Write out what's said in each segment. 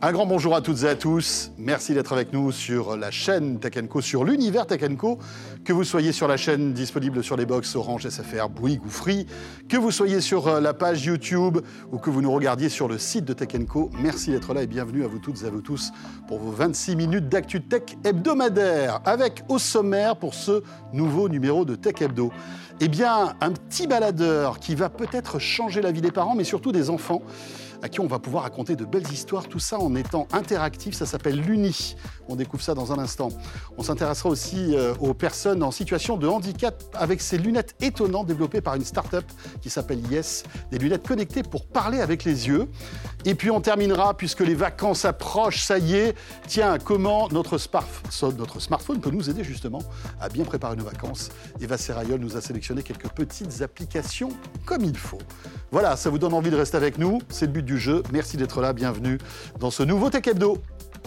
Un grand bonjour à toutes et à tous. Merci d'être avec nous sur la chaîne Tech & Co, sur l'univers Tech & Co. Que vous soyez sur la chaîne disponible sur les box Orange, SFR, Bouygues ou Free, que vous soyez sur la page YouTube ou que vous nous regardiez sur le site de Tech & Co, merci d'être là et bienvenue à vous toutes et à vous tous pour vos 26 minutes d'actu tech hebdomadaire. Avec au sommaire pour ce nouveau numéro de Tech Hebdo, eh bien, un petit baladeur qui va peut-être changer la vie des parents, mais surtout des enfants, à qui on va pouvoir raconter de belles histoires, tout ça en étant interactif. Ça s'appelle l'Uni. On découvre ça dans un instant. On s'intéressera aussi aux personnes en situation de handicap avec ces lunettes étonnantes développées par une start-up qui s'appelle Yes, des lunettes connectées pour parler avec les yeux. Et puis on terminera, puisque les vacances approchent, ça y est. Tiens, comment notre smartphone peut nous aider justement à bien préparer nos vacances. Eva Serrayol nous a sélectionné quelques petites applications comme il faut. Voilà, ça vous donne envie de rester avec nous. C'est le but du jeu. Merci d'être là. Bienvenue dans ce nouveau Tech Hebdo.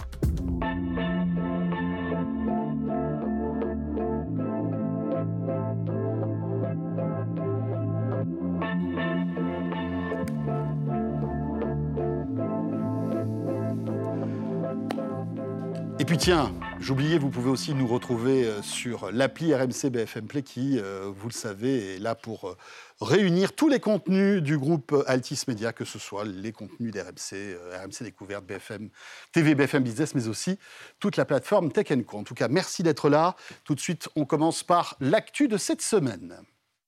Et puis tiens, j'oubliais, vous pouvez aussi nous retrouver sur l'appli RMC BFM Play qui, vous le savez, est là pour réunir tous les contenus du groupe Altis Média, que ce soit les contenus d'RMC, RMC Découverte, BFM TV, BFM Business, mais aussi toute la plateforme Tech & Co. En tout cas, merci d'être là. Tout de suite, on commence par l'actu de cette semaine.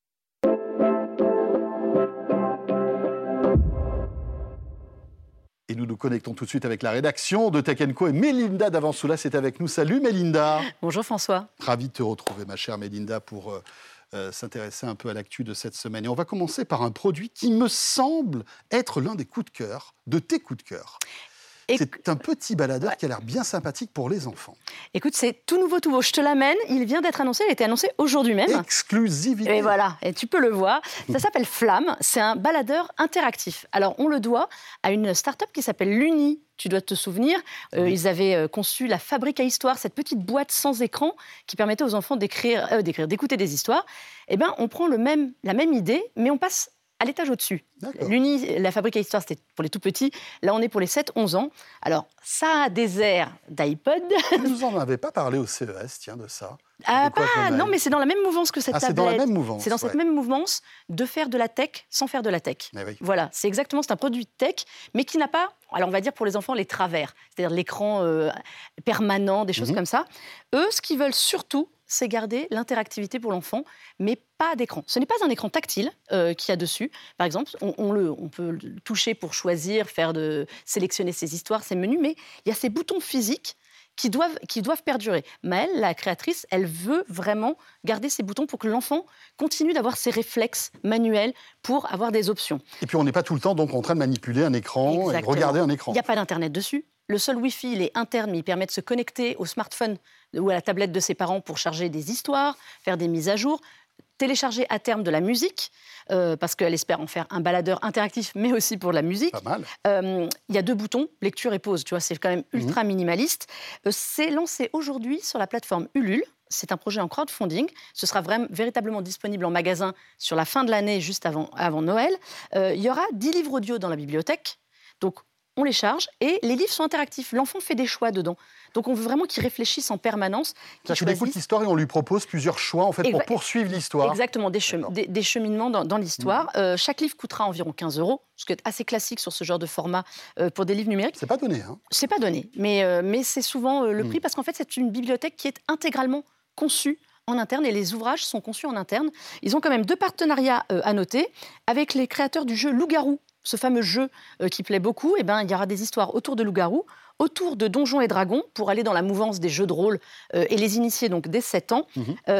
Et nous nous connectons tout de suite avec la rédaction de Tech & Co. Et Mélinda Davansoula, c'est avec nous. Salut Mélinda. Bonjour François. Ravi de te retrouver, ma chère Mélinda, pour s'intéresser un peu à l'actu de cette semaine. Et on va commencer par un produit qui me semble être l'un des coups de cœur, de tes coups de cœur. C'est un petit baladeur qui a l'air bien sympathique pour les enfants. Écoute, c'est tout nouveau, tout beau. Je te l'amène. Il vient d'être annoncé. Il a été annoncé aujourd'hui même. Exclusivité. Et voilà, et tu peux le voir. Ça s'appelle Flamme. C'est un baladeur interactif. Alors, on le doit à une start-up qui s'appelle l'Uni. Tu dois te souvenir, ils avaient conçu la Fabrique à Histoire, cette petite boîte sans écran qui permettait aux enfants d'écouter des histoires. Eh bien, on prend la même idée, mais on passe à l'étage au-dessus. L'Uni, la Fabrique à Histoire, c'était pour les tout petits. Là, on est pour les 7-11 ans. Alors, ça a des airs d'iPod. Vous nous en avez pas parlé au CES, tiens, de ça. Non, mais c'est dans la même mouvance que cette tablette. C'est dans la même mouvance. C'est dans cette même mouvance de faire de la tech sans faire de la tech. Oui. Voilà, c'est un produit tech, mais qui n'a pas, alors on va dire pour les enfants, les travers, c'est-à-dire l'écran permanent, des choses comme ça. Eux, ce qu'ils veulent surtout, c'est garder l'interactivité pour l'enfant, mais pas d'écran. Ce n'est pas un écran tactile qu'il y a dessus. Par exemple, on peut le toucher pour choisir, sélectionner ses histoires, ses menus, mais il y a ces boutons physiques qui doivent perdurer. Maëlle, la créatrice, elle veut vraiment garder ces boutons pour que l'enfant continue d'avoir ses réflexes manuels pour avoir des options. Et puis on n'est pas tout le temps donc en train de manipuler un écran et de regarder un écran. Il n'y a pas d'internet dessus. Le seul Wi-Fi, il est interne, mais il permet de se connecter au smartphone ou à la tablette de ses parents pour charger des histoires, faire des mises à jour, télécharger à terme de la musique, parce qu'elle espère en faire un baladeur interactif, mais aussi pour de la musique. Pas mal. Il y a 2 boutons, lecture et pause, tu vois, c'est quand même ultra minimaliste. C'est lancé aujourd'hui sur la plateforme Ulule. C'est un projet en crowdfunding. Ce sera véritablement disponible en magasin sur la fin de l'année, juste avant Noël. Il y aura 10 livres audio dans la bibliothèque. Donc, on les charge et les livres sont interactifs. L'enfant fait des choix dedans. Donc, on veut vraiment qu'il réfléchisse en permanence. Il écoute l'histoire et on lui propose plusieurs choix en fait, pour poursuivre l'histoire. Exactement, des cheminements dans l'histoire. Chaque livre coûtera environ 15 €, ce qui est assez classique sur ce genre de format pour des livres numériques. C'est pas donné. C'est pas donné, mais c'est souvent le prix parce qu'en fait, c'est une bibliothèque qui est intégralement conçue en interne et les ouvrages sont conçus en interne. Ils ont quand même 2 partenariats à noter avec les créateurs du jeu Loup-garou. Ce fameux jeu qui plaît beaucoup, il y aura des histoires autour de loup-garou, autour de Donjons et Dragons, pour aller dans la mouvance des jeux de rôle et les initier donc dès 7 ans.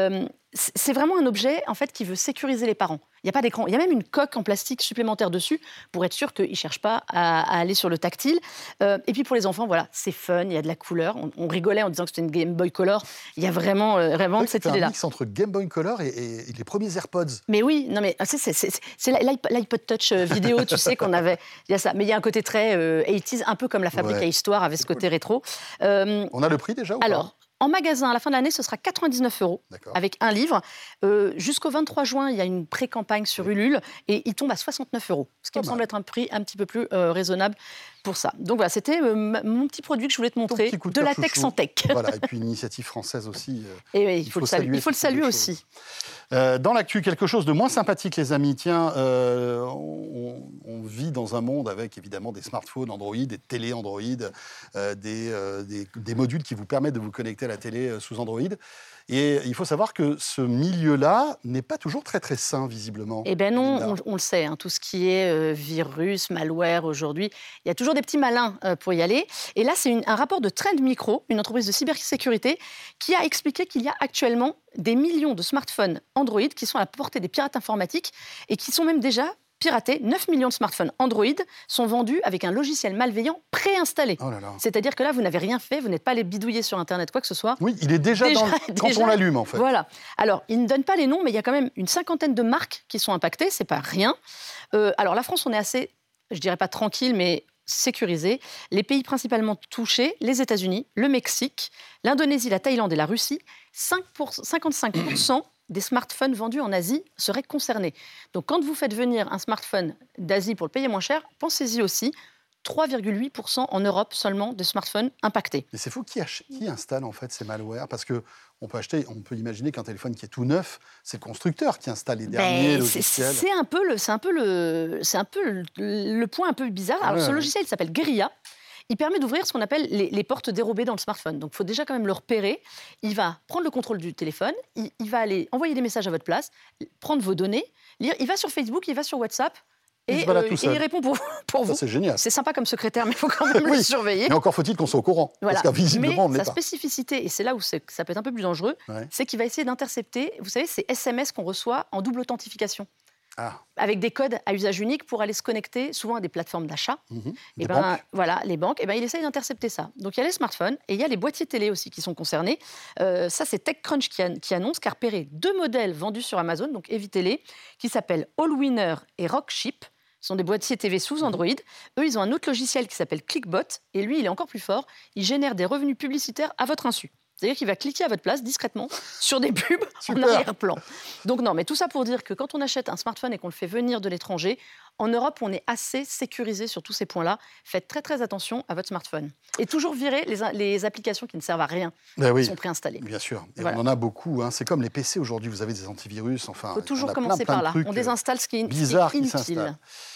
C'est vraiment un objet en fait, qui veut sécuriser les parents. Il n'y a pas d'écran. Il y a même une coque en plastique supplémentaire dessus pour être sûr qu'ils ne cherchent pas à aller sur le tactile. Et puis pour les enfants, voilà, c'est fun, il y a de la couleur. On rigolait en disant que c'était une Game Boy Color. Il y a vraiment cette idée-là. C'est un mix entre Game Boy Color et les premiers AirPods. Mais oui, non mais c'est l'iPod Touch vidéo, tu sais qu'on avait. Il y a ça, mais il y a un côté très 80s, un peu comme la Fabrique à Histoire avait ce côté rétro. On a le prix déjà ou pas ? En magasin, à la fin de l'année, ce sera 99 € avec un livre. Jusqu'au 23 juin, il y a une pré-campagne sur Ulule et il tombe à 69 €, ce qui me semble être un prix un petit peu plus raisonnable pour ça. Donc voilà, c'était mon petit produit que je voulais te montrer, de la tech sans tech. Voilà, et puis une initiative française aussi. Et oui, il faut le saluer aussi. Dans l'actu, quelque chose de moins sympathique, les amis. Tiens, on vit dans un monde avec évidemment des smartphones Android, des télé Android, des modules qui vous permettent de vous connecter à la télé sous Android. Et il faut savoir que ce milieu-là n'est pas toujours très très sain, visiblement. Eh bien non, on le sait, hein, tout ce qui est virus, malware aujourd'hui, il y a toujours des petits malins pour y aller. Et là, c'est un rapport de Trend Micro, une entreprise de cybersécurité, qui a expliqué qu'il y a actuellement des millions de smartphones Android qui sont à la portée des pirates informatiques et qui sont même déjà piratés. 9 millions de smartphones Android sont vendus avec un logiciel malveillant préinstallé. Oh là là. C'est-à-dire que là, vous n'avez rien fait, vous n'êtes pas allé bidouiller sur Internet, quoi que ce soit. Oui, il est déjà quand on l'allume, en fait. Voilà. Alors, ils ne donnent pas les noms, mais il y a quand même une 50aine de marques qui sont impactées, c'est pas rien. Alors, la France, on est assez, je dirais pas tranquille, mais sécurisé. Les pays principalement touchés, les États-Unis, le Mexique, l'Indonésie, la Thaïlande et la Russie, 55% des smartphones vendus en Asie seraient concernés. Donc, quand vous faites venir un smartphone d'Asie pour le payer moins cher, pensez-y aussi. 3,8% en Europe seulement de smartphones impactés. Mais c'est fou, qui installe en fait ces malwares? Parce qu'on peut imaginer qu'un téléphone qui est tout neuf, c'est le constructeur qui installe les derniers logiciels. C'est un peu le point un peu bizarre. Alors, ce logiciel, il s'appelle Guerilla. Il permet d'ouvrir ce qu'on appelle les portes dérobées dans le smartphone. Donc, il faut déjà quand même le repérer. Il va prendre le contrôle du téléphone, il va aller envoyer des messages à votre place, prendre vos données, lire. Il va sur Facebook, il va sur WhatsApp, et il répond pour vous. C'est génial. C'est sympa comme secrétaire, mais il faut quand même le surveiller. Mais encore faut-il qu'on soit au courant. Voilà. Parce qu'invisiblement, on ne l'est sa pas. spécificité, et c'est là où ça peut être un peu plus dangereux, c'est qu'il va essayer d'intercepter, vous savez, ces SMS qu'on reçoit en double authentification. Avec des codes à usage unique pour aller se connecter souvent à des plateformes d'achat. Les banques. Voilà, les banques. Il essaye d'intercepter ça. Donc il y a les smartphones et il y a les boîtiers télé aussi qui sont concernés. Ça, c'est TechCrunch qui annonce qu'a repéré 2 modèles vendus sur Amazon, donc évitez-les, qui s'appellent Allwinner et Rockchip. Ce sont des boîtiers TV sous Android. Eux, ils ont un autre logiciel qui s'appelle Clickbot. Et lui, il est encore plus fort. Il génère des revenus publicitaires à votre insu. C'est-à-dire qu'il va cliquer à votre place discrètement sur des pubs en arrière-plan. Donc non, mais tout ça pour dire que quand on achète un smartphone et qu'on le fait venir de l'étranger, en Europe, on est assez sécurisé sur tous ces points-là. Faites très très attention à votre smartphone. Et toujours virer les applications qui ne servent à rien, qui sont préinstallées. Bien sûr. Et on en a beaucoup. C'est comme les PC aujourd'hui, vous avez des antivirus. Il faut toujours commencer par là. On désinstalle ce qui est inutile.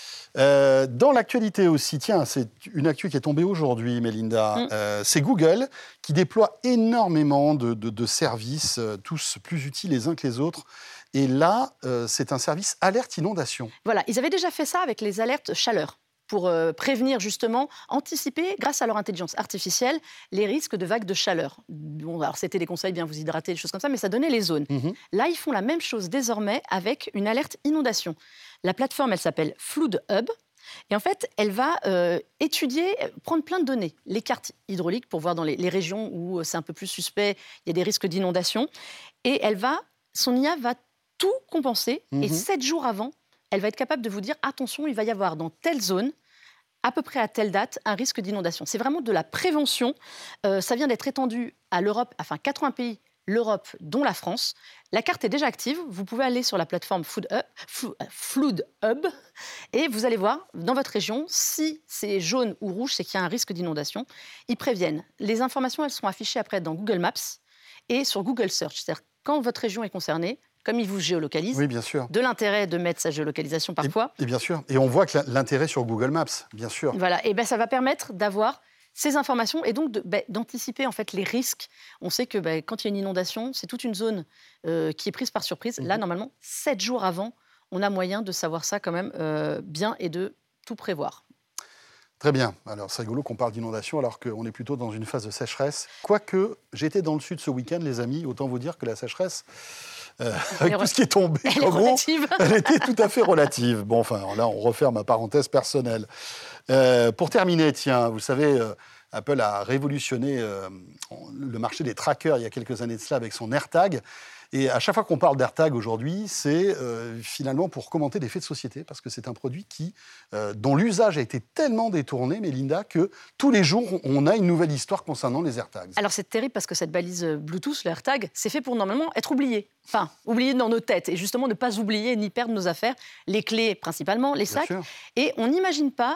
Dans l'actualité aussi, tiens, c'est une actu qui est tombée aujourd'hui, Mélinda. C'est Google qui déploie énormément de services, tous plus utiles les uns que les autres. Et là, c'est un service alerte inondation. Voilà, ils avaient déjà fait ça avec les alertes chaleur, pour prévenir justement, anticiper, grâce à leur intelligence artificielle, les risques de vagues de chaleur. Bon, alors c'était des conseils, bien vous hydrater, des choses comme ça, mais ça donnait les zones. Là, ils font la même chose désormais avec une alerte inondation. La plateforme, elle s'appelle Flood Hub. Et en fait, elle va prendre plein de données, les cartes hydrauliques pour voir dans les régions où c'est un peu plus suspect, il y a des risques d'inondation. Et son IA va tout compenser. Et 7 jours avant, elle va être capable de vous dire, attention, il va y avoir dans telle zone, à peu près à telle date, un risque d'inondation. C'est vraiment de la prévention. Ça vient d'être étendu à l'Europe, enfin 80 pays, l'Europe, dont la France. La carte est déjà active. Vous pouvez aller sur la plateforme Flood Hub et vous allez voir, dans votre région, si c'est jaune ou rouge, c'est qu'il y a un risque d'inondation. Ils préviennent. Les informations, elles sont affichées après dans Google Maps et sur Google Search. C'est-à-dire, quand votre région est concernée, comme ils vous géolocalisent, oui, bien sûr. De l'intérêt de mettre sa géolocalisation parfois. Et bien sûr. Et on voit que l'intérêt sur Google Maps, bien sûr. Voilà. Et ça va permettre d'avoir ces informations et donc d'anticiper en fait les risques. On sait que quand il y a une inondation, c'est toute une zone qui est prise par surprise. Là, normalement, 7 jours avant, on a moyen de savoir ça quand même bien et de tout prévoir. Très bien. Alors, c'est rigolo qu'on parle d'inondation alors qu'on est plutôt dans une phase de sécheresse. Quoique, j'étais dans le sud ce week-end, les amis. Autant vous dire que la sécheresse, avec tout ce qui est tombé, elle était tout à fait relative. Bon, enfin, là, on referme ma parenthèse personnelle. Pour terminer, tiens, vous savez, Apple a révolutionné le marché des trackers il y a quelques années de cela avec son AirTag. Et à chaque fois qu'on parle d'AirTag aujourd'hui, c'est finalement pour commenter des faits de société, parce que c'est un produit dont l'usage a été tellement détourné, Mélinda, que tous les jours, on a une nouvelle histoire concernant les AirTags. Alors c'est terrible parce que cette balise Bluetooth, le AirTag, c'est fait pour normalement être oublié. Enfin, oublié dans nos têtes, et justement ne pas oublier ni perdre nos affaires, les clés principalement, les sacs. Et on n'imagine pas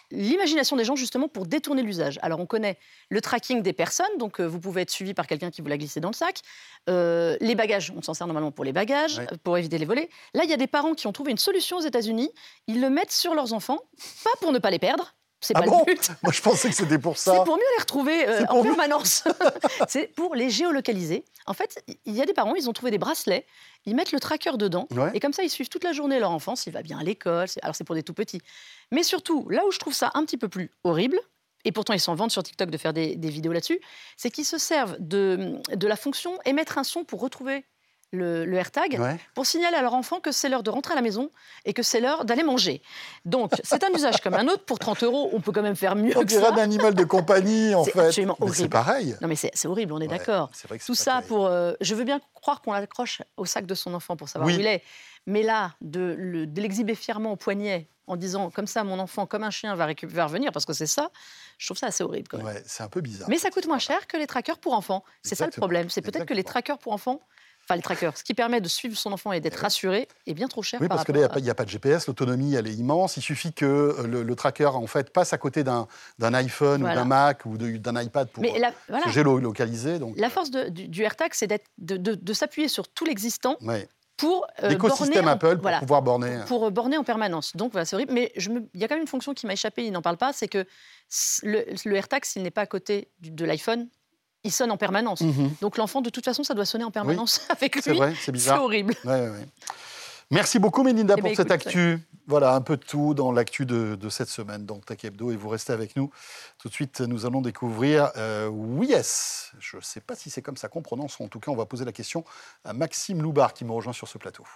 l'imagination des gens justement pour détourner l'usage. Alors on connaît le tracking des personnes, donc vous pouvez être suivi par quelqu'un qui vous l'a glissé dans le sac. Les bagages, on s'en sert normalement pour les bagages, pour éviter les volets. Là, il y a des parents qui ont trouvé une solution aux États-Unis. Ils le mettent sur leurs enfants, pas pour ne pas les perdre. C'est pas bon le but. Moi, je pensais que c'était pour ça. C'est pour mieux les retrouver en permanence. C'est pour les géolocaliser. En fait, il y a des parents, ils ont trouvé des bracelets, ils mettent le tracker dedans, et comme ça, ils suivent toute la journée leur enfant, s'il va bien à l'école. Alors, c'est pour des tout-petits. Mais surtout, là où je trouve ça un petit peu plus horrible, et pourtant ils s'en vantent sur TikTok de faire des vidéos là-dessus, c'est qu'ils se servent de la fonction émettre un son pour retrouver le AirTag, pour signaler à leur enfant que c'est l'heure de rentrer à la maison et que c'est l'heure d'aller manger. Donc, c'est un usage comme un autre. Pour 30 €, on peut quand même faire mieux que ça. On dirait un animal de compagnie, en fait. C'est absolument horrible. C'est pareil. Non, mais c'est horrible, on est d'accord. C'est vrai que tout ça pour... je veux bien croire qu'on l'accroche au sac de son enfant pour savoir où il est. Mais là, de l'exhiber fièrement au poignet, en disant, comme ça, mon enfant, comme un chien, va revenir, parce que c'est ça, je trouve ça assez horrible, quand même. Ouais, c'est un peu bizarre. Mais ça coûte moins cher que les trackers pour enfants. C'est ça le problème. C'est peut-être que les trackers pour enfants... Enfin, les trackers, ce qui permet de suivre son enfant et d'être rassuré, est bien trop cher. Oui, parce que là, il n'y a pas de GPS, l'autonomie, elle est immense. Il suffit que le tracker, en fait, passe à côté d'un iPhone ou d'un Mac ou d'un iPad pour se géolocaliser. Donc, la force du AirTag, c'est de s'appuyer sur tout l'existant pour l'écosystème Apple pour pouvoir borner. Pour borner en permanence. Donc, voilà, c'est horrible. Mais il y a quand même une fonction qui m'a échappé, il n'en parle pas, c'est que le AirTag, s'il n'est pas à côté de l'iPhone, il sonne en permanence. Donc l'enfant, de toute façon, ça doit sonner en permanence avec lui. C'est vrai, c'est bizarre. C'est horrible. Merci beaucoup, Mélinda, pour cette actu. Voilà, un peu de tout dans l'actu de cette semaine, donc Tech Hebdo, et vous restez avec nous. Tout de suite, nous allons découvrir Wies. Je ne sais pas si c'est comme ça qu'on prononce. En tout cas, on va poser la question à Maxime Loubar, qui me rejoint sur ce plateau.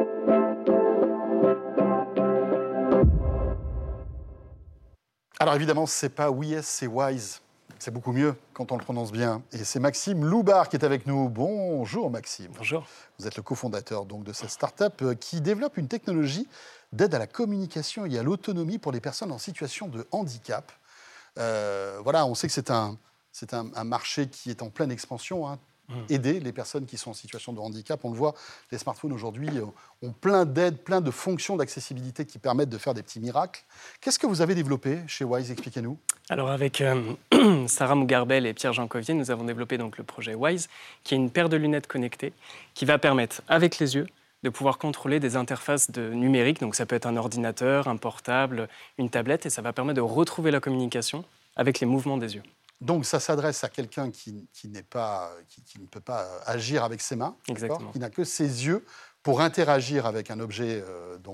Alors évidemment, ce n'est pas Wies, c'est Wise. C'est beaucoup mieux quand on le prononce bien. Et c'est Maxime Loubar qui est avec nous. Bonjour Maxime. Bonjour. Vous êtes le cofondateur donc, de cette start-up qui développe une technologie d'aide à la communication et à l'autonomie pour les personnes en situation de handicap. Voilà, on sait que c'est un marché qui est en pleine expansion. Aider les personnes qui sont en situation de handicap. On le voit, les smartphones aujourd'hui ont plein d'aides, plein de fonctions d'accessibilité qui permettent de faire des petits miracles. Qu'est-ce que vous avez développé chez Wise? Expliquez-nous. Alors avec Sarah Mougarbel et Pierre Jancovier, nous avons développé donc le projet Wise, qui est une paire de lunettes connectées qui va permettre, avec les yeux, de pouvoir contrôler des interfaces numériques. Donc ça peut être un ordinateur, un portable, une tablette, et ça va permettre de retrouver la communication avec les mouvements des yeux. Donc, ça s'adresse à quelqu'un qui ne peut pas agir avec ses mains, qui n'a que ses yeux pour interagir avec un objet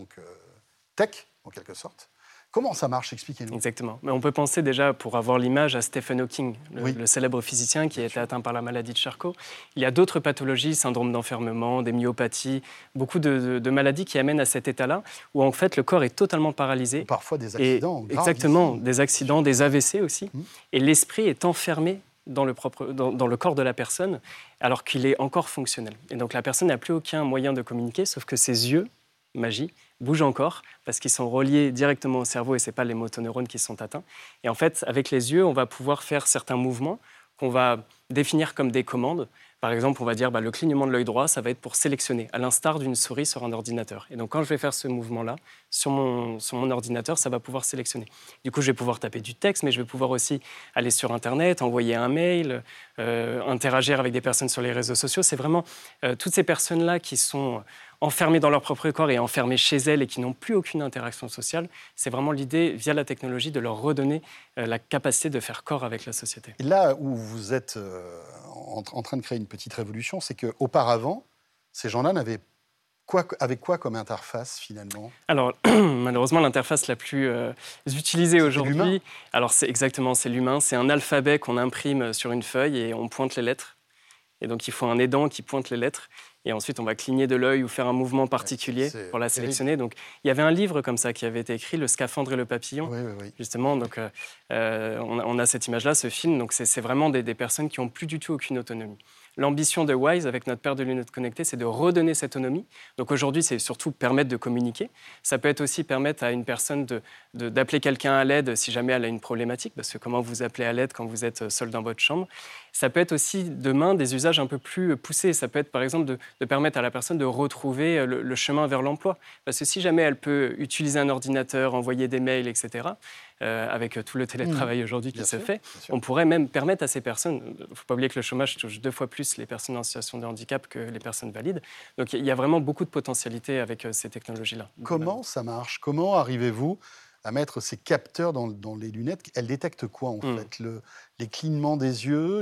tech, en quelque sorte. Comment ça marche? Expliquez-nous. Exactement. Mais on peut penser déjà, pour avoir l'image, à Stephen Hawking, le célèbre physicien qui a été atteint par la maladie de Charcot. Il y a d'autres pathologies, syndrome d'enfermement, des myopathies, beaucoup de maladies qui amènent à cet état-là, où en fait le corps est totalement paralysé. Parfois des accidents. Exactement, des accidents, des AVC aussi. Et l'esprit est enfermé dans le corps de la personne, alors qu'il est encore fonctionnel. Et donc la personne n'a plus aucun moyen de communiquer, sauf que ses yeux, magie, bougent encore parce qu'ils sont reliés directement au cerveau et ce n'est pas les motoneurones qui sont atteints. Et en fait, avec les yeux, on va pouvoir faire certains mouvements qu'on va définir comme des commandes. Par exemple, on va dire le clignement de l'œil droit, ça va être pour sélectionner, à l'instar d'une souris sur un ordinateur. Et donc, quand je vais faire ce mouvement-là, sur mon ordinateur, ça va pouvoir sélectionner. Du coup, je vais pouvoir taper du texte, mais je vais pouvoir aussi aller sur Internet, envoyer un mail, interagir avec des personnes sur les réseaux sociaux. C'est vraiment toutes ces personnes-là qui sont enfermées dans leur propre corps et enfermées chez elles et qui n'ont plus aucune interaction sociale. C'est vraiment l'idée, via la technologie, de leur redonner la capacité de faire corps avec la société. Et là où vous êtes en train de créer une petite révolution, c'est qu'auparavant, ces gens-là n'avaient avec quoi comme interface, finalement? Alors, malheureusement, l'interface la plus utilisée aujourd'hui, alors c'est l'humain. C'est un alphabet qu'on imprime sur une feuille et on pointe les lettres. Et donc, il faut un aidant qui pointe les lettres. Et ensuite, on va cligner de l'œil ou faire un mouvement particulier pour la sélectionner. Donc, il y avait un livre comme ça qui avait été écrit, Le scaphandre et le papillon. Oui. Justement, donc, on a cette image-là, ce film. Donc, c'est vraiment des personnes qui n'ont plus du tout aucune autonomie. L'ambition de Wise, avec notre paire de lunettes connectées, c'est de redonner cette autonomie. Donc aujourd'hui, c'est surtout permettre de communiquer. Ça peut être aussi permettre à une personne d'appeler quelqu'un à l'aide si jamais elle a une problématique, parce que comment vous appelez à l'aide quand vous êtes seul dans votre chambre. Ça peut être aussi, demain, des usages un peu plus poussés. Ça peut être, par exemple, de permettre à la personne de retrouver le chemin vers l'emploi. Parce que si jamais elle peut utiliser un ordinateur, envoyer des mails, etc., avec tout le télétravail aujourd'hui qui se fait, on pourrait même permettre à ces personnes, il ne faut pas oublier que le chômage touche 2 fois plus les personnes en situation de handicap que les personnes valides, donc il y a vraiment beaucoup de potentialité avec ces technologies-là. Comment ça marche? Comment arrivez-vous à mettre ces capteurs dans les lunettes? Elles détectent quoi en fait? Les clignements des yeux,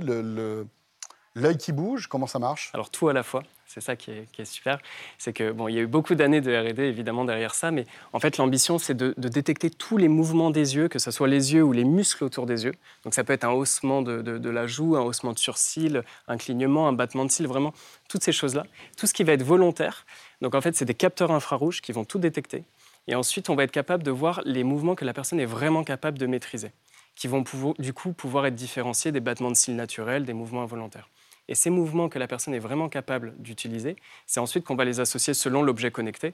l'œil qui bouge? Comment ça marche? Alors tout à la fois, c'est ça qui est super. C'est que il y a eu beaucoup d'années de R&D évidemment derrière ça, mais en fait l'ambition c'est de détecter tous les mouvements des yeux, que ce soit les yeux ou les muscles autour des yeux. Donc ça peut être un haussement de la joue, un haussement de sourcil, un clignement, un battement de cils, vraiment toutes ces choses-là. Tout ce qui va être volontaire. Donc en fait c'est des capteurs infrarouges qui vont tout détecter. Et ensuite on va être capable de voir les mouvements que la personne est vraiment capable de maîtriser, qui vont du coup pouvoir être différenciés des battements de cils naturels, des mouvements involontaires. Et ces mouvements que la personne est vraiment capable d'utiliser, c'est ensuite qu'on va les associer selon l'objet connecté.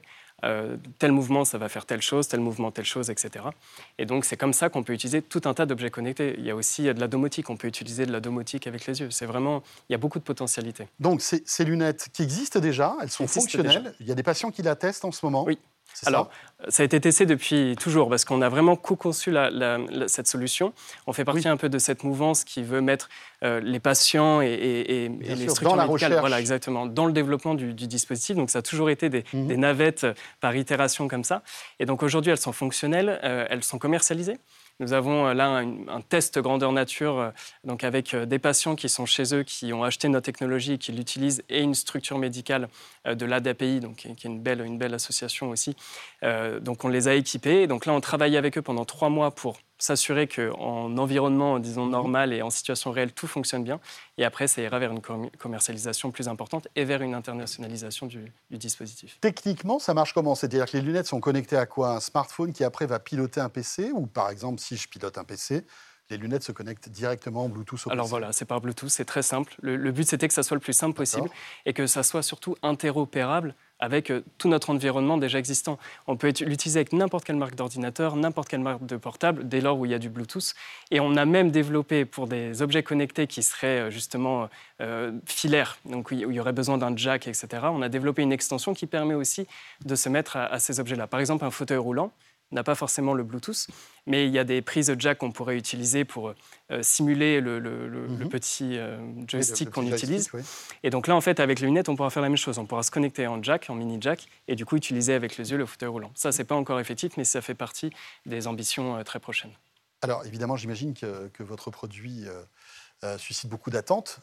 Tel mouvement, ça va faire telle chose, tel mouvement, telle chose, etc. Et donc, c'est comme ça qu'on peut utiliser tout un tas d'objets connectés. Il y a aussi de la domotique. On peut utiliser de la domotique avec les yeux. C'est vraiment... Il y a beaucoup de potentialités. Donc, ces lunettes qui existent déjà, elles sont fonctionnelles. Déjà. Il y a des patients qui la testent en ce moment. Oui. Alors, ça a été testé depuis toujours parce qu'on a vraiment co-conçu cette solution. On fait partie un peu de cette mouvance qui veut mettre les patients et les structures médicales, voilà, exactement, dans le développement du dispositif. Donc, ça a toujours été des navettes par itération comme ça. Et donc, aujourd'hui, elles sont fonctionnelles, elles sont commercialisées. Nous avons là un test grandeur nature donc avec des patients qui sont chez eux, qui ont acheté notre technologie et qui l'utilisent, et une structure médicale de l'ADAPI, donc, qui est une belle association aussi. Donc on les a équipés. Donc là, on travaille avec eux pendant 3 mois pour s'assurer qu'en environnement, disons, normal et en situation réelle, tout fonctionne bien. Et après, ça ira vers une commercialisation plus importante et vers une internationalisation du dispositif. Techniquement, ça marche comment? C'est-à-dire que les lunettes sont connectées à quoi? Un smartphone qui après va piloter un PC? Ou par exemple, si je pilote un PC, les lunettes se connectent directement en Bluetooth au PC? Alors voilà, c'est par Bluetooth, c'est très simple. Le but, c'était que ça soit le plus simple possible et que ça soit surtout interopérable avec tout notre environnement déjà existant. On peut l'utiliser avec n'importe quelle marque d'ordinateur, n'importe quelle marque de portable, dès lors où il y a du Bluetooth. Et on a même développé pour des objets connectés qui seraient justement filaires, donc où il y aurait besoin d'un jack, etc., on a développé une extension qui permet aussi de se mettre à ces objets-là. Par exemple, un fauteuil roulant n'a pas forcément le Bluetooth, mais il y a des prises jack qu'on pourrait utiliser pour simuler le petit joystick qu'on utilise. Oui. Et donc là, en fait, avec les lunettes, on pourra faire la même chose. On pourra se connecter en jack, en mini jack, et du coup utiliser avec les yeux le fauteuil roulant. Ça, c'est pas encore effectif, mais ça fait partie des ambitions très prochaines. Alors, évidemment, j'imagine que votre produit suscite beaucoup d'attentes.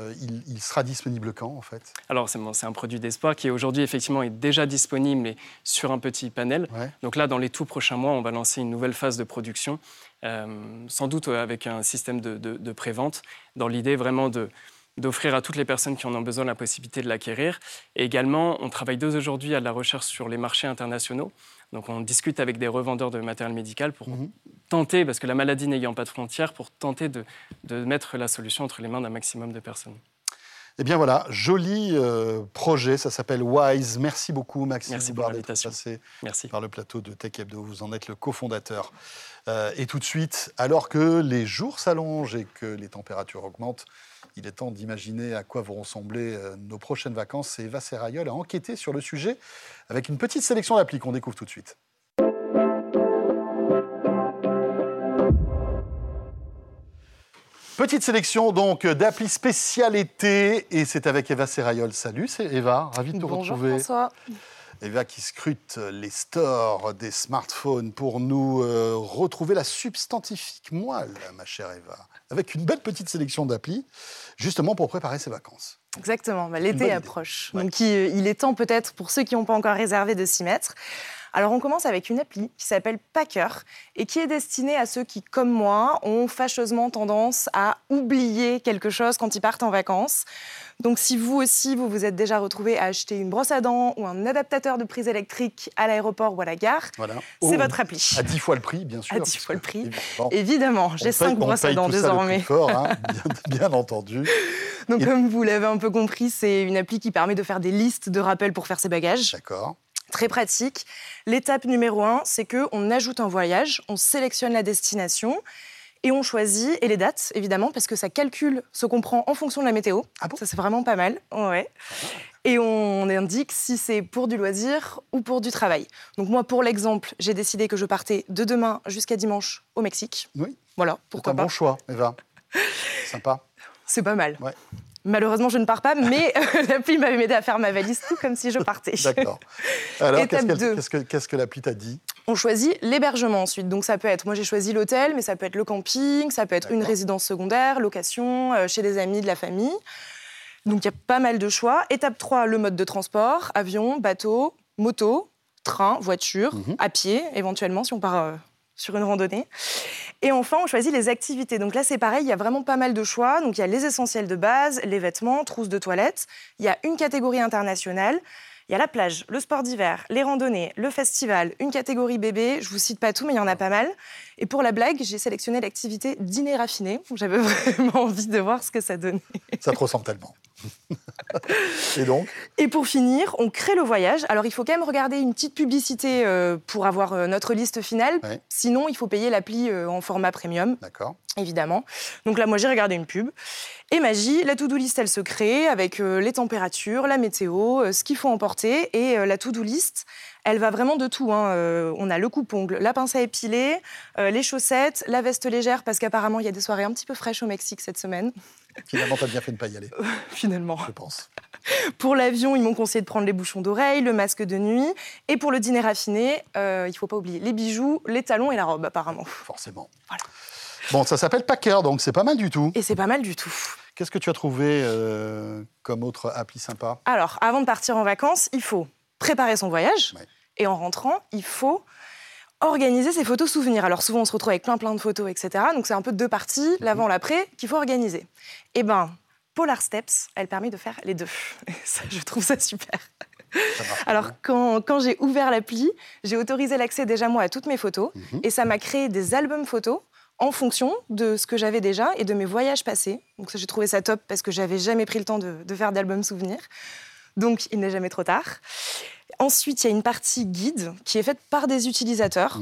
Il sera disponible quand, en fait? Alors, c'est un produit d'espoir qui, aujourd'hui, effectivement, est déjà disponible, mais sur un petit panel. Ouais. Donc là, dans les tout prochains mois, on va lancer une nouvelle phase de production, sans doute avec un système de prévente, dans l'idée vraiment d'offrir à toutes les personnes qui en ont besoin la possibilité de l'acquérir. Et également, on travaille dès aujourd'hui à la recherche sur les marchés internationaux. Donc on discute avec des revendeurs de matériel médical pour tenter, parce que la maladie n'ayant pas de frontières, pour tenter de mettre la solution entre les mains d'un maximum de personnes. Eh bien voilà, joli projet, ça s'appelle WISE. Merci beaucoup Maxime. Merci pour l'invitation. Merci. Par le plateau de Tech Hebdo, vous en êtes le cofondateur. Et tout de suite, alors que les jours s'allongent et que les températures augmentent, il est temps d'imaginer à quoi vont ressembler nos prochaines vacances. Et Eva Serrayol a enquêté sur le sujet avec une petite sélection d'applis qu'on découvre tout de suite. Petite sélection donc d'applis spéciales été, et c'est avec Eva Serrayol. Salut, c'est Eva, ravi de te retrouver. Bonjour François. Eva qui scrute les stores des smartphones pour nous retrouver la substantifique moelle, ma chère Eva, avec une belle petite sélection d'applis, justement pour préparer ses vacances. Exactement, l'été approche. Ouais. Donc il est temps peut-être pour ceux qui n'ont pas encore réservé de s'y mettre. Alors on commence avec une appli qui s'appelle Packer et qui est destinée à ceux qui, comme moi, ont fâcheusement tendance à oublier quelque chose quand ils partent en vacances. Donc si vous aussi, vous vous êtes déjà retrouvé à acheter une brosse à dents ou un adaptateur de prise électrique à l'aéroport ou à la gare, c'est votre appli. À 10 fois le prix, bien sûr. À 10 fois le prix, évidemment. J'ai 5 brosses à dents désormais. Fort, hein, bien entendu. Donc comme vous l'avez un peu compris, c'est une appli qui permet de faire des listes de rappels pour faire ses bagages. D'accord. Très pratique. L'étape numéro 1, c'est qu'on ajoute un voyage, on sélectionne la destination Et on choisit, et les dates, évidemment, parce que ça calcule ce qu'on prend en fonction de la météo. Ah bon ? Ça, c'est vraiment pas mal. Ouais. Et on indique si c'est pour du loisir ou pour du travail. Donc moi, pour l'exemple, j'ai décidé que je partais de demain jusqu'à dimanche au Mexique. Oui. Voilà, C'est pourquoi un pas. bon choix, Eva. Sympa. C'est pas mal. Ouais. Malheureusement, je ne pars pas, mais l'appli m'avait aidé à faire ma valise, tout comme si je partais. D'accord. Alors, Étape 2. qu'est-ce que l'appli t'a dit ? On choisit l'hébergement ensuite. Donc ça peut être, moi j'ai choisi l'hôtel, mais ça peut être le camping, ça peut être une D'accord. résidence secondaire, location, chez des amis, de la famille. Donc il y a pas mal de choix. Étape 3, le mode de transport, avion, bateau, moto, train, voiture, à pied éventuellement si on part sur une randonnée. Et enfin, on choisit les activités. Donc là, c'est pareil, il y a vraiment pas mal de choix. Donc il y a les essentiels de base, les vêtements, trousses de toilette. Il y a une catégorie internationale. Il y a la plage, le sport d'hiver, les randonnées, le festival, une catégorie bébé. Je vous cite pas tout, mais il y en a pas mal. Et pour la blague, j'ai sélectionné l'activité dîner raffiné. J'avais vraiment envie de voir ce que ça donnait. Ça te ressemble tellement. Et donc ? Et pour finir, on crée le voyage. Alors, il faut quand même regarder une petite publicité pour avoir notre liste finale. Ouais. Sinon, il faut payer l'appli en format premium, D'accord. évidemment. Donc là, moi, j'ai regardé une pub. Et magie, la to-do list, elle se crée avec les températures, la météo, ce qu'il faut emporter. Et la to-do list, elle va vraiment de tout. On a le coupe-ongle, la pince à épiler, les chaussettes, la veste légère, parce qu'apparemment, il y a des soirées un petit peu fraîches au Mexique cette semaine. Finalement, t'as bien fait de ne pas y aller, Finalement. je pense. Pour l'avion, ils m'ont conseillé de prendre les bouchons d'oreilles, le masque de nuit. Et pour le dîner raffiné, il ne faut pas oublier les bijoux, les talons et la robe, apparemment. Forcément. Voilà. Bon, ça s'appelle Packer, donc c'est pas mal du tout. Et c'est pas mal du tout. Qu'est-ce que tu as trouvé comme autre appli sympa ? Alors, avant de partir en vacances, il faut préparer son voyage. Ouais. Et en rentrant, il faut organiser ses photos souvenirs. Alors souvent, on se retrouve avec plein de photos, etc. Donc c'est un peu deux parties, l'avant, l'après, qu'il faut organiser. Eh bien, Polar Steps, elle permet de faire les deux. Et ça, je trouve ça super. Ça marche Alors, bien. quand j'ai ouvert l'appli, j'ai autorisé l'accès déjà, moi, à toutes mes photos. Et ça m'a créé des albums photos en fonction de ce que j'avais déjà et de mes voyages passés. Donc ça, j'ai trouvé ça top parce que j'avais jamais pris le temps de faire d'albums souvenirs. Donc, il n'est jamais trop tard. Ensuite, il y a une partie guide qui est faite par des utilisateurs.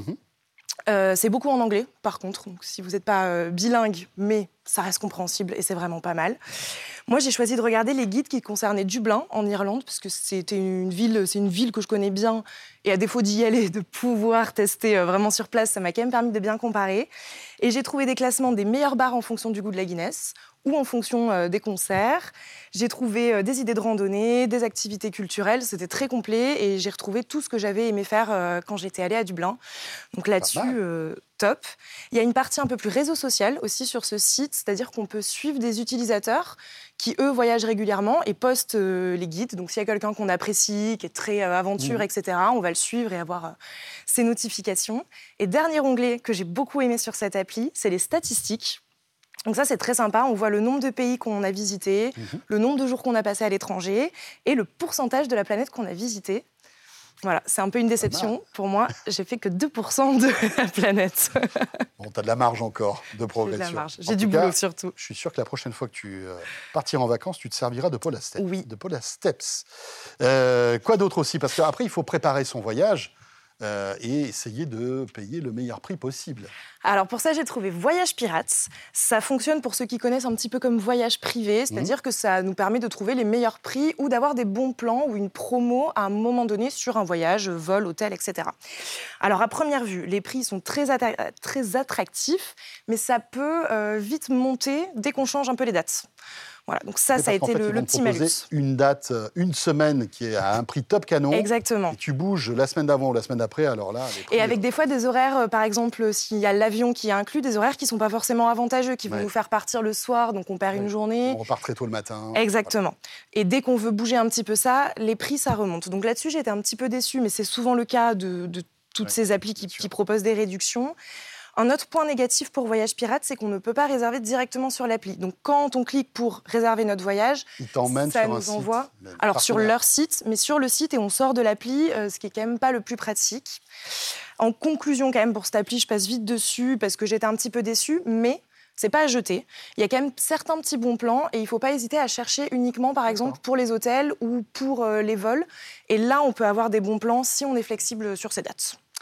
C'est beaucoup en anglais, par contre. Donc, si vous n'êtes pas bilingue, mais ça reste compréhensible et c'est vraiment pas mal. Moi, j'ai choisi de regarder les guides qui concernaient Dublin, en Irlande, parce que c'est une ville que je connais bien. Et à défaut d'y aller, de pouvoir tester vraiment sur place, ça m'a quand même permis de bien comparer. Et j'ai trouvé des classements des meilleurs bars en fonction du goût de la Guinness ou en fonction des concerts. J'ai trouvé des idées de randonnée, des activités culturelles. C'était très complet et j'ai retrouvé tout ce que j'avais aimé faire quand j'étais allée à Dublin. Donc là-dessus, top. Il y a une partie un peu plus réseau social aussi sur ce site, c'est-à-dire qu'on peut suivre des utilisateurs qui, eux, voyagent régulièrement et postent les guides. Donc s'il y a quelqu'un qu'on apprécie, qui est très aventure, etc., on va le suivre et avoir ses notifications. Et dernier onglet que j'ai beaucoup aimé sur cette appli, c'est les statistiques. Donc ça, c'est très sympa. On voit le nombre de pays qu'on a visités, le nombre de jours qu'on a passé à l'étranger et le pourcentage de la planète qu'on a visité. Voilà, c'est un peu une déception. Pour moi, j'ai fait que 2% de la planète. Bon, t'as de la marge encore de progression. J'ai de la marge. En J'ai tout du cas, boulot surtout. Je suis sûr que la prochaine fois que tu partiras en vacances, tu te serviras de Polar Steps. Oui. De Polar Steps. Quoi d'autre aussi ? Parce qu'après, il faut préparer son voyage et essayer de payer le meilleur prix possible. Alors pour ça, j'ai trouvé Voyage Pirates. Ça fonctionne pour ceux qui connaissent un petit peu comme voyage privé, c'est-à-dire que ça nous permet de trouver les meilleurs prix ou d'avoir des bons plans ou une promo à un moment donné sur un voyage, vol, hôtel, etc. Alors à première vue, les prix sont très attractifs, mais ça peut vite monter dès qu'on change un peu les dates. Voilà, donc ça a été le petit malus. Une date, une semaine qui est à un prix top canon. Exactement. Et tu bouges la semaine d'avant ou la semaine d'après, alors là... Les prix, et avec des fois des horaires, par exemple, s'il y a l'avion qui est inclus, des horaires qui ne sont pas forcément avantageux, qui vont nous faire partir le soir, donc on perd une journée. On repart très tôt le matin. Exactement. Voilà. Et dès qu'on veut bouger un petit peu ça, les prix, ça remonte. Donc là-dessus, j'ai été un petit peu déçue, mais c'est souvent le cas de toutes ces applis qui proposent des réductions. Un autre point négatif pour Voyage Pirate, c'est qu'on ne peut pas réserver directement sur l'appli. Donc, quand on clique pour réserver notre voyage, ça nous envoie sur leur site, mais sur le site et on sort de l'appli, ce qui est quand même pas le plus pratique. En conclusion, quand même, pour cette appli, je passe vite dessus parce que j'étais un petit peu déçue, mais c'est pas à jeter. Il y a quand même certains petits bons plans et il faut pas hésiter à chercher uniquement, par exemple, pour les hôtels ou pour les vols. Et là, on peut avoir des bons plans si on est flexible sur ces dates.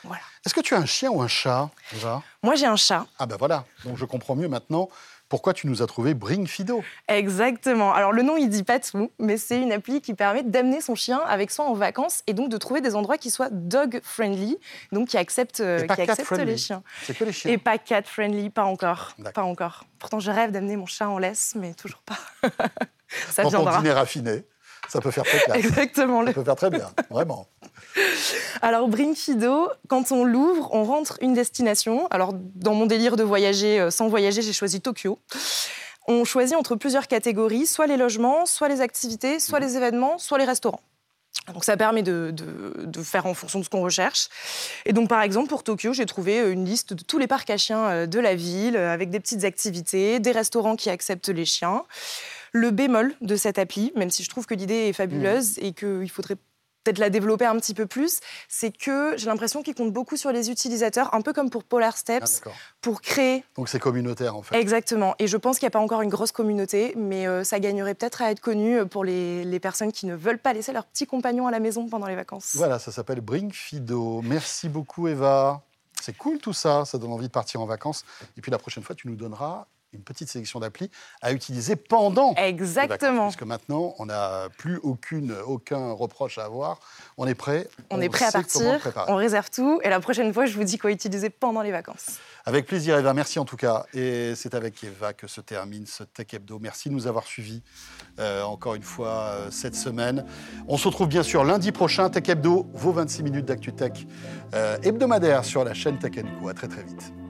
Voilà. Est-ce que tu as un chien ou un chat, Eva ? Moi, j'ai un chat. Ah ben voilà, donc je comprends mieux maintenant pourquoi tu nous as trouvé Bring Fido. Exactement. Alors, le nom, il dit pas tout, mais c'est une appli qui permet d'amener son chien avec soi en vacances et donc de trouver des endroits qui soient dog-friendly, donc qui acceptent les chiens. C'est que les chiens. Et pas cat-friendly, pas encore. Pas encore. Pourtant, je rêve d'amener mon chat en laisse, mais toujours pas. Ça viendra. Dans ton dîner raffiné, ça peut faire très classe. Exactement. Ça peut faire très bien, vraiment. Alors, Bring Fido, quand on l'ouvre, on rentre une destination. Alors, dans mon délire de voyager sans voyager, j'ai choisi Tokyo. On choisit entre plusieurs catégories, soit les logements, soit les activités, soit les événements, soit les restaurants. Donc, ça permet de faire en fonction de ce qu'on recherche. Et donc, par exemple, pour Tokyo, j'ai trouvé une liste de tous les parcs à chiens de la ville, avec des petites activités, des restaurants qui acceptent les chiens. Le bémol de cette appli, même si je trouve que l'idée est fabuleuse et qu'il faudrait peut-être la développer un petit peu plus, c'est que j'ai l'impression qu'ils comptent beaucoup sur les utilisateurs, un peu comme pour Polar Steps, pour créer... Donc c'est communautaire en fait. Exactement. Et je pense qu'il n'y a pas encore une grosse communauté, mais ça gagnerait peut-être à être connu pour les personnes qui ne veulent pas laisser leurs petits compagnons à la maison pendant les vacances. Voilà, ça s'appelle Bring Fido. Merci beaucoup Eva. C'est cool tout ça, ça donne envie de partir en vacances. Et puis la prochaine fois, tu nous donneras une petite sélection d'applis à utiliser pendant. Exactement. Parce que maintenant, on n'a plus aucun reproche à avoir. On est prêt. On est prêt à partir, on réserve tout. Et la prochaine fois, je vous dis quoi utiliser pendant les vacances. Avec plaisir, Eva. Merci en tout cas. Et c'est avec Eva que se termine ce Tech Hebdo. Merci de nous avoir suivis encore une fois cette semaine. On se retrouve bien sûr lundi prochain. Tech Hebdo, vos 26 minutes d'actu tech hebdomadaire sur la chaîne Tech & Co. À très très vite.